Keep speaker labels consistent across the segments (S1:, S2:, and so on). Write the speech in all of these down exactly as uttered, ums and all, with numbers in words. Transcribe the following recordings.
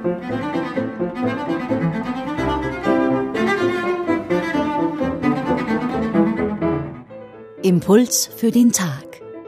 S1: Impuls für den Tag.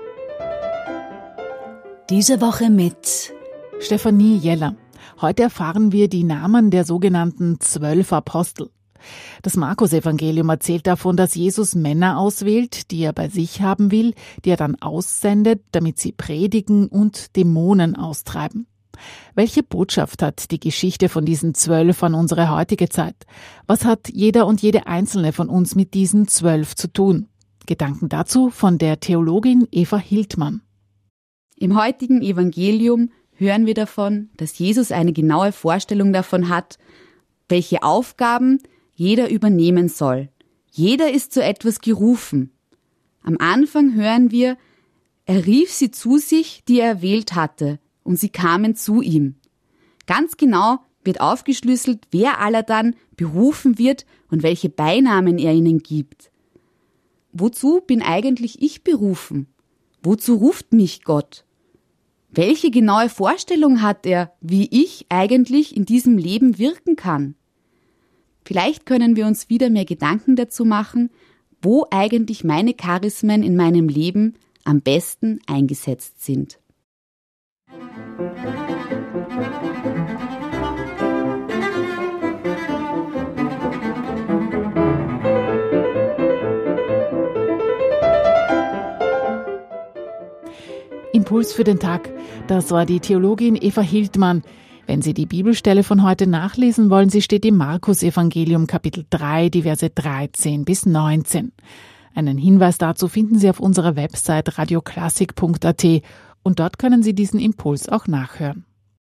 S1: Diese Woche mit
S2: Stefanie Jeller. Heute erfahren wir die Namen der sogenannten zwölf Apostel. Das Markus-Evangelium erzählt davon, dass Jesus Männer auswählt, die er bei sich haben will, die er dann aussendet, damit sie predigen und Dämonen austreiben. Welche Botschaft hat die Geschichte von diesen zwölf an unsere heutige Zeit? Was hat jeder und jede einzelne von uns mit diesen zwölf zu tun? Gedanken dazu von der Theologin Eva Hildmann.
S3: Im heutigen Evangelium hören wir davon, dass Jesus eine genaue Vorstellung davon hat, welche Aufgaben jeder übernehmen soll. Jeder ist zu etwas gerufen. Am Anfang hören wir, er rief sie zu sich, die er erwählt hatte, und sie kamen zu ihm. Ganz genau wird aufgeschlüsselt, wer aller dann berufen wird und welche Beinamen er ihnen gibt. Wozu bin eigentlich ich berufen? Wozu ruft mich Gott? Welche genaue Vorstellung hat er, wie ich eigentlich in diesem Leben wirken kann? Vielleicht können wir uns wieder mehr Gedanken dazu machen, wo eigentlich meine Charismen in meinem Leben am besten eingesetzt sind.
S2: Impuls für den Tag. Das war die Theologin Eva Hildmann. Wenn Sie die Bibelstelle von heute nachlesen wollen, sie steht im Markus-Evangelium Kapitel drei, die Verse dreizehn bis neunzehn. Einen Hinweis dazu finden Sie auf unserer Website radioklassik punkt at und dort können Sie diesen Impuls auch nachhören.